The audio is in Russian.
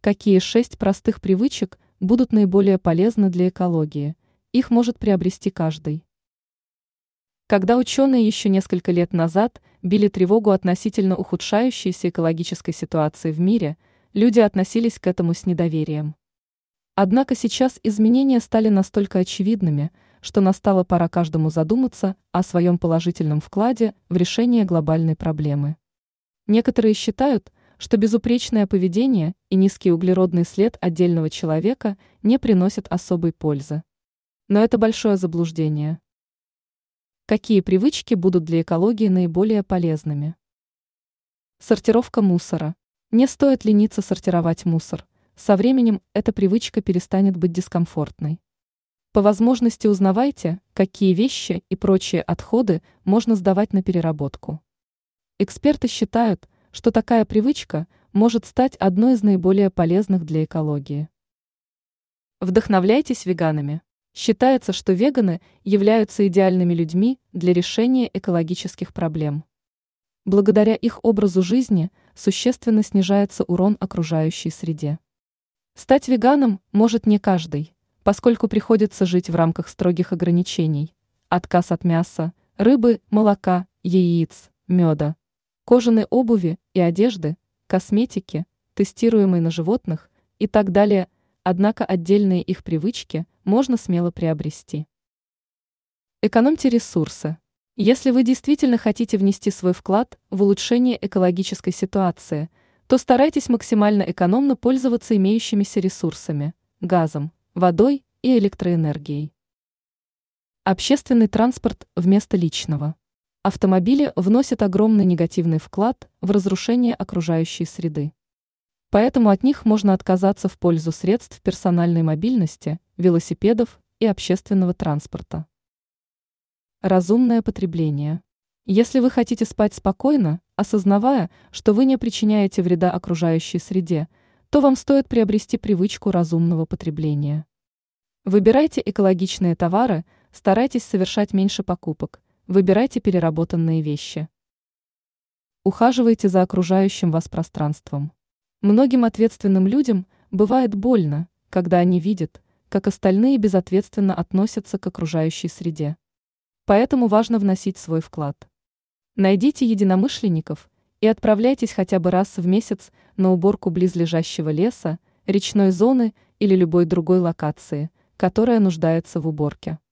Какие 6 простых привычек будут наиболее полезны для экологии? Их может приобрести каждый. Когда ученые еще несколько лет назад били тревогу относительно ухудшающейся экологической ситуации в мире, люди относились к этому с недоверием. Однако сейчас изменения стали настолько очевидными, что настала пора каждому задуматься о своем положительном вкладе в решение глобальной проблемы. Некоторые считают, что безупречное поведение и низкий углеродный след отдельного человека не приносят особой пользы. Но это большое заблуждение. Какие привычки будут для экологии наиболее полезными? Сортировка мусора. Не стоит лениться сортировать мусор. Со временем эта привычка перестанет быть дискомфортной. По возможности узнавайте, какие вещи и прочие отходы можно сдавать на переработку. Эксперты считают, что такая привычка может стать одной из наиболее полезных для экологии. Вдохновляйтесь веганами. Считается, что веганы являются идеальными людьми для решения экологических проблем. Благодаря их образу жизни существенно снижается урон окружающей среде. Стать веганом может не каждый, поскольку приходится жить в рамках строгих ограничений: отказ от мяса, рыбы, молока, яиц, меда, кожаной обуви и одежды, косметики, тестируемой на животных и так далее, однако отдельные их привычки можно смело приобрести. Экономьте ресурсы. Если вы действительно хотите внести свой вклад в улучшение экологической ситуации, то старайтесь максимально экономно пользоваться имеющимися ресурсами – газом, водой и электроэнергией. Общественный транспорт вместо личного. Автомобили вносят огромный негативный вклад в разрушение окружающей среды. Поэтому от них можно отказаться в пользу средств персональной мобильности, велосипедов и общественного транспорта. Разумное потребление. Если вы хотите спать спокойно, осознавая, что вы не причиняете вреда окружающей среде, то вам стоит приобрести привычку разумного потребления. Выбирайте экологичные товары, старайтесь совершать меньше покупок, выбирайте переработанные вещи. Ухаживайте за окружающим вас пространством. Многим ответственным людям бывает больно, когда они видят, как остальные безответственно относятся к окружающей среде. Поэтому важно вносить свой вклад. Найдите единомышленников и отправляйтесь хотя бы раз в месяц на уборку близлежащего леса, речной зоны или любой другой локации, которая нуждается в уборке.